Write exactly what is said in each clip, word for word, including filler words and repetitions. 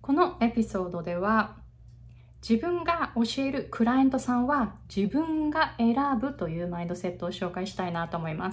このエピソードでは、自分が教えるクライアントさんは自分が選ぶというマインドセットを紹介したいなと思います。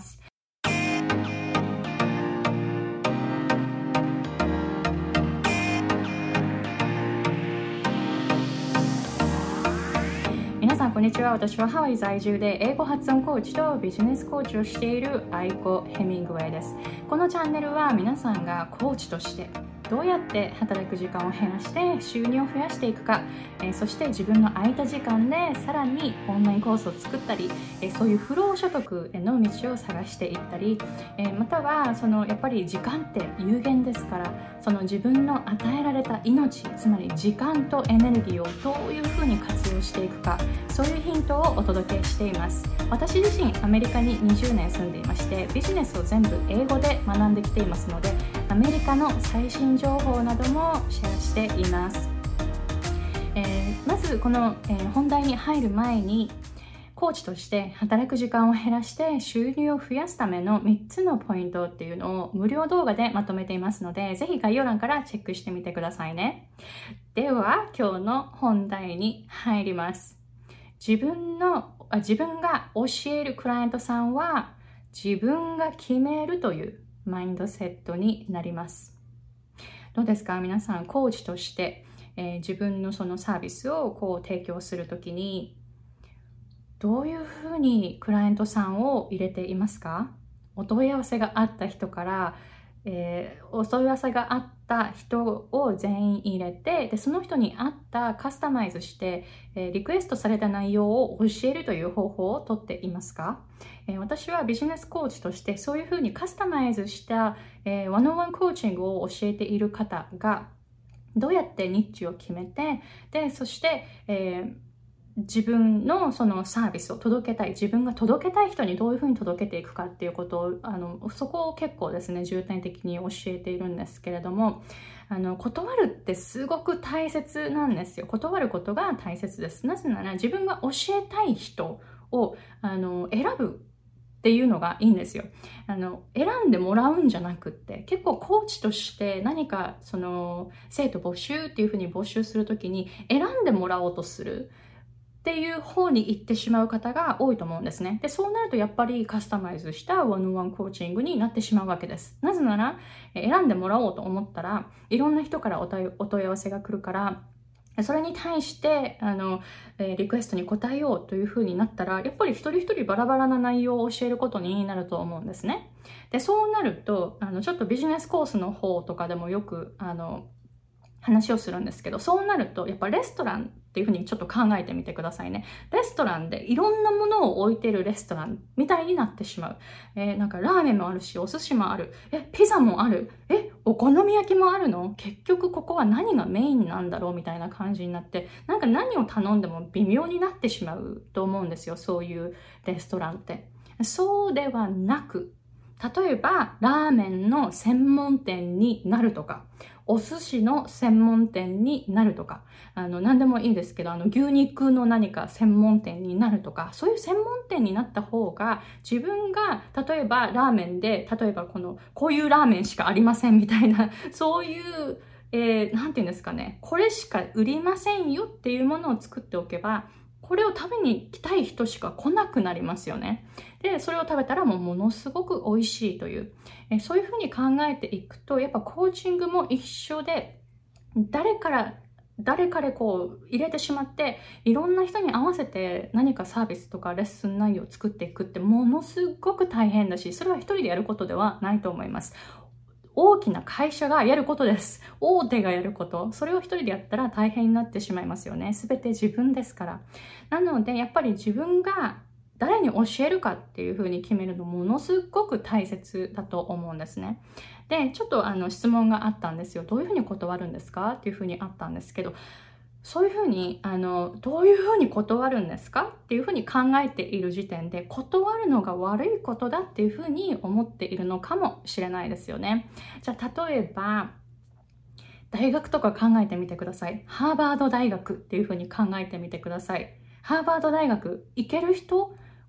皆さんこんにちは。私はハワイ在住で英語発音コーチとビジネスコーチをしているアイコ・ヘミングウェイです。このチャンネルは皆さんがコーチとしてどうやって働く時間を減らして収入を増やしていくか、えー、そして自分の空いた時間でさらにオンラインコースを作ったり、えー、そういう不労所得の道を探していったり、えー、またはそのやっぱり時間って有限ですから、その自分の与えられた命、つまり時間とエネルギーをどういうふうに活用していくか、そういうヒントをお届けしています。私自身アメリカににじゅうねん住んでいまして、ビジネスを全部英語で学んできていますので、アメリカの最新情報などもシェアしています。えー、まずこの、えー、本題に入る前に、コーチとして働く時間を減らして収入を増やすためのみっつのポイントっていうのを無料動画でまとめていますので、ぜひ概要欄からチェックしてみてくださいね。では今日の本題に入ります。自分のあ自分が教えるクライアントさんは自分が決めるというマインドセットになります。どうですか皆さん、コーチとして、えー、自分のそのサービスをこう提供するときにどういうふうにクライアントさんを入れていますか？お問い合わせがあった人から、えー、お問い合わせがあった人を全員入れて、でその人に合ったカスタマイズして、えー、リクエストされた内容を教えるという方法をとっていますか？えー、私はビジネスコーチとしてそういうふうにカスタマイズした、えー、ワンオンワンコーチングを教えている方がどうやってニッチを決めて、でそして、えー自分のそのサービスを届けたい、自分が届けたい人にどういうふうに届けていくかっていうことを、あのそこを結構ですね重点的に教えているんですけれども、あの断るってすごく大切なんですよ。断ることが大切です。なぜなら自分が教えたい人をあの選ぶっていうのがいいんですよ。あの選んでもらうんじゃなくって、結構コーチとして何かその生徒募集っていうふうに募集するときに選んでもらおうとするっていう方に行ってしまう方が多いと思うんですね。で、そうなるとやっぱりカスタマイズしたワンオンワンコーチングになってしまうわけです。なぜなら、選んでもらおうと思ったら、いろんな人からお問い合わせが来るから、それに対して、あの、リクエストに答えようという風になったら、やっぱり一人一人バラバラな内容を教えることになると思うんですね。で、そうなると、あの、ちょっとビジネスコースの方とかでもよく、あの、話をするんですけど、そうなるとやっぱレストランっていうふうにちょっと考えてみてくださいね。レストランでいろんなものを置いてるレストランみたいになってしまう。えー、なんかラーメンもあるし、お寿司もある。え、ピザもある。え、お好み焼きもあるの？結局ここは何がメインなんだろうみたいな感じになって、なんか何を頼んでも微妙になってしまうと思うんですよ。そういうレストランって。そうではなく、例えばラーメンの専門店になるとか、お寿司の専門店になるとか、あの何でもいいですけど、あの牛肉の何か専門店になるとか、そういう専門店になった方が、自分が例えばラーメンで、例えばこのこういうラーメンしかありませんみたいな、そういうえー、なんていうんですかね、これしか売りませんよっていうものを作っておけば、これを食べに来たい人しか来なくなりますよね。で、それを食べたらもうものすごく美味しいという、えそういうふうに考えていくと、やっぱコーチングも一緒で、誰から誰かでこう入れてしまって、いろんな人に合わせて何かサービスとかレッスン内容を作っていくってものすごく大変だし、それは一人でやることではないと思います。大きな会社がやることです。大手がやること。それを一人でやったら大変になってしまいますよね。すべて自分ですから。なので、やっぱり自分が誰に教えるかっていうふうに決めるのものすごく大切だと思うんですね。で、ちょっとあの質問があったんですよ。どういうふうに断るんですかっていうふうにあったんですけど、そういうふうに、あの、どういうふうに断るんですかっていうふうに考えている時点で、断るのが悪いことだっていうふうに思っているのかもしれないですよね。じゃあ、例えば、大学とか考えてみてください。ハーバード大学っていうふうに考えてみてください。ハーバード大学行ける人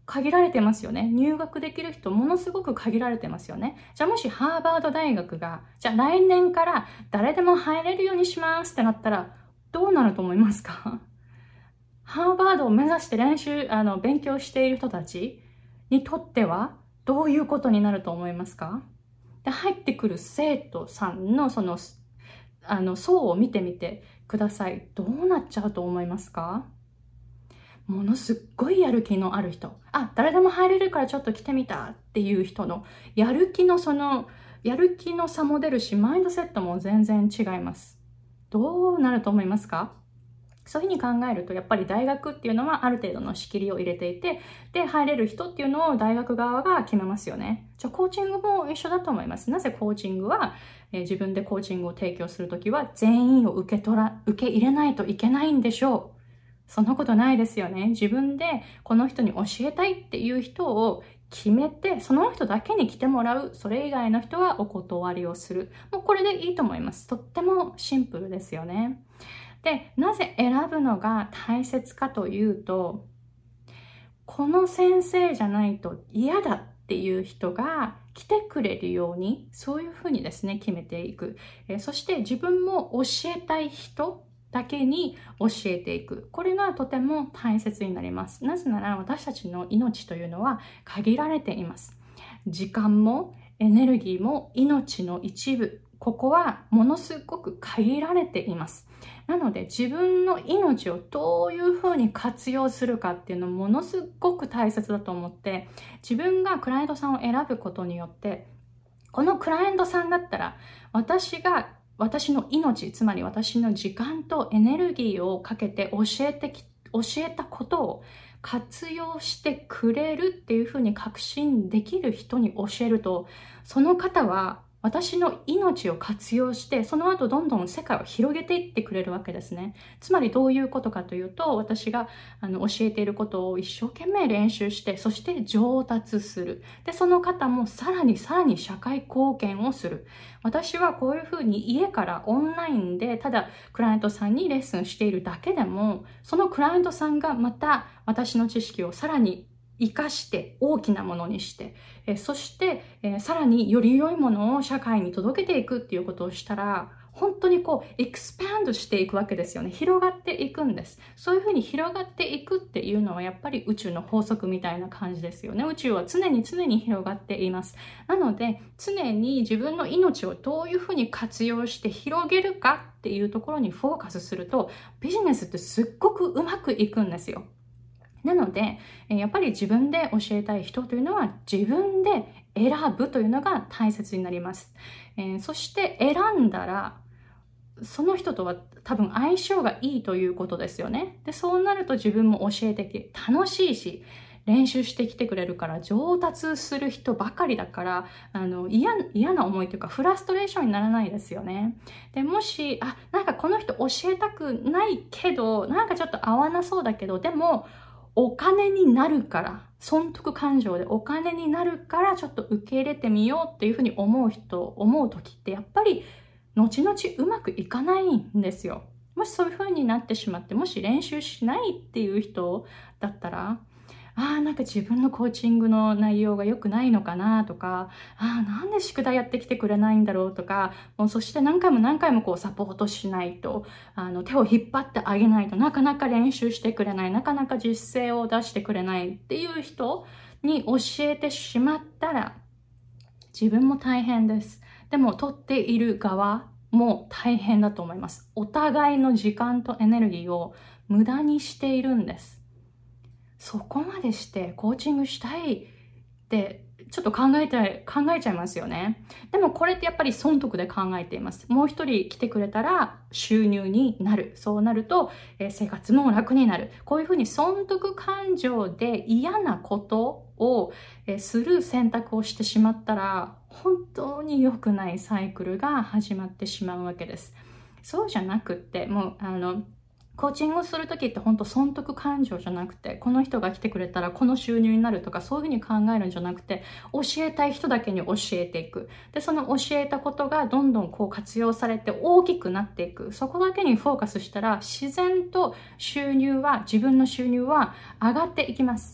限られてますよね。入学できる人ものすごく限られてますよね。じゃあもしハーバード大学が、じゃあ来年から誰でも入れるようにしますってなったら、どうなると思いますか？ハーバードを目指して練習、あの、勉強している人たちにとっては、どういうことになると思いますか？で、入ってくる生徒さんのその、あの、層を見てみてください。どうなっちゃうと思いますか？ものすっごいやる気のある人、あ、誰でも入れるからちょっと来てみたっていう人のやる気のそのやる気の差も出るし、マインドセットも全然違います。どうなると思いますか？そういうふうに考えると、やっぱり大学っていうのはある程度の仕切りを入れていて、で入れる人っていうのを大学側が決めますよね。じゃあコーチングも一緒だと思います。なぜコーチングは、えー、自分でコーチングを提供するときは全員を受け取ら受け入れないといけないんでしょう？そんなことないですよね。自分でこの人に教えたいっていう人を決めて、その人だけに来てもらう。それ以外の人はお断りをする。もうこれでいいと思います。とってもシンプルですよね。で、なぜ選ぶのが大切かというと、この先生じゃないと嫌だっていう人が来てくれるように、そういうふうにですね、決めていく。えそして自分も教えたい人だけに教えていく。これがとても大切になります。なぜなら私たちの命というのは限られています。時間もエネルギーも命の一部。ここはものすごく限られています。なので自分の命をどういうふうに活用するかっていうのものすごく大切だと思って、自分がクライアントさんを選ぶことによって、このクライアントさんだったら私が私の命、つまり私の時間とエネルギーをかけて教えてき、教えたことを活用してくれるっていうふうに確信できる人に教えると、その方は私の命を活用して、その後どんどん世界を広げていってくれるわけですね。つまりどういうことかというと、私があの教えていることを一生懸命練習して、そして上達する。で、その方もさらにさらに社会貢献をする。私はこういうふうに家からオンラインでただクライアントさんにレッスンしているだけでも、そのクライアントさんがまた私の知識をさらに生かして大きなものにして、えそして、えさらにより良いものを社会に届けていくっていうことをしたら、本当にこうエクスパンドしていくわけですよね。広がっていくんです。そういうふうに広がっていくっていうのはやっぱり宇宙の法則みたいな感じですよね。宇宙は常に常に広がっています。なので常に自分の命をどういうふうに活用して広げるかっていうところにフォーカスすると、ビジネスってすっごくうまくいくんですよ。なので、やっぱり自分で教えたい人というのは自分で選ぶというのが大切になります。えー、そして選んだら、その人とは多分相性がいいということですよね。で、そうなると自分も教えてきて楽しいし、練習してきてくれるから上達する人ばかりだから、あの、嫌、嫌な思いというかフラストレーションにならないですよね。で、もし、あ、なんかこの人教えたくないけど、なんかちょっと合わなそうだけど、でも、お金になるから、損得感情でお金になるからちょっと受け入れてみようっていうふうに思う人、思う時ってやっぱり後々うまくいかないんですよ。もしそういうふうになってしまって、もし練習しないっていう人だったら、ああ、なんか自分のコーチングの内容が良くないのかなとか、ああ、なんで宿題やってきてくれないんだろうとか、もうそして何回も何回もこうサポートしないと、あの手を引っ張ってあげないとなかなか練習してくれない、なかなか実践を出してくれないっていう人に教えてしまったら、自分も大変です。でも取っている側も大変だと思います。お互いの時間とエネルギーを無駄にしているんです。そこまでしてコーチングしたいってちょっと考えて、考えちゃいますよね。でもこれってやっぱり損得で考えています。もう一人来てくれたら収入になる。そうなると、えー、生活も楽になる。こういうふうに損得感情で嫌なことを、えー、する選択をしてしまったら、本当に良くないサイクルが始まってしまうわけです。そうじゃなくって、もうあの、コーチングをするときって本当損得感情じゃなくて、この人が来てくれたらこの収入になるとかそういうふうに考えるんじゃなくて、教えたい人だけに教えていく。で、その教えたことがどんどんこう活用されて大きくなっていく。そこだけにフォーカスしたら自然と収入は、自分の収入は上がっていきます。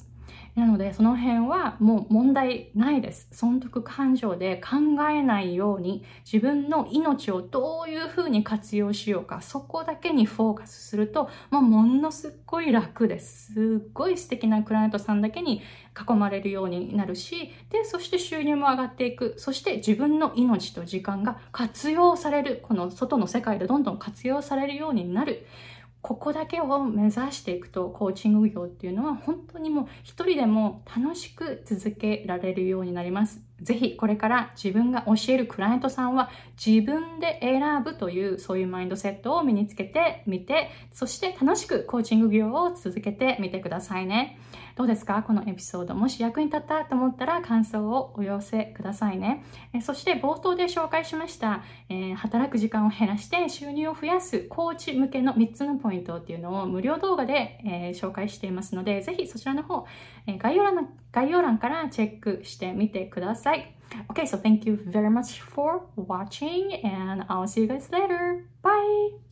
なのでその辺はもう問題ないです。損得感情で考えないように、自分の命をどういうふうに活用しようか、そこだけにフォーカスすると、もうものすっごい楽です。すっごい素敵なクライアントさんだけに囲まれるようになるし、で、そして収入も上がっていく。そして自分の命と時間が活用される。この外の世界でどんどん活用されるようになる。ここだけを目指していくと、コーチング業っていうのは本当にもう一人でも楽しく続けられるようになります。ぜひこれから自分が教えるクライアントさんは自分で選ぶというそういうマインドセットを身につけてみて、そして楽しくコーチング業を続けてみてくださいね。どうですか？このエピソードもし役に立ったと思ったら感想をお寄せくださいね。えそして冒頭で紹介しました、えー、働く時間を減らして収入を増やすコーチ向けのみっつのポイントっていうのを無料動画で、えー、紹介していますので、ぜひそちらの方、えー、概要欄の概要欄からチェックしてみてください。Okay, so thank you very much for watching and I'll see you guys later. Bye!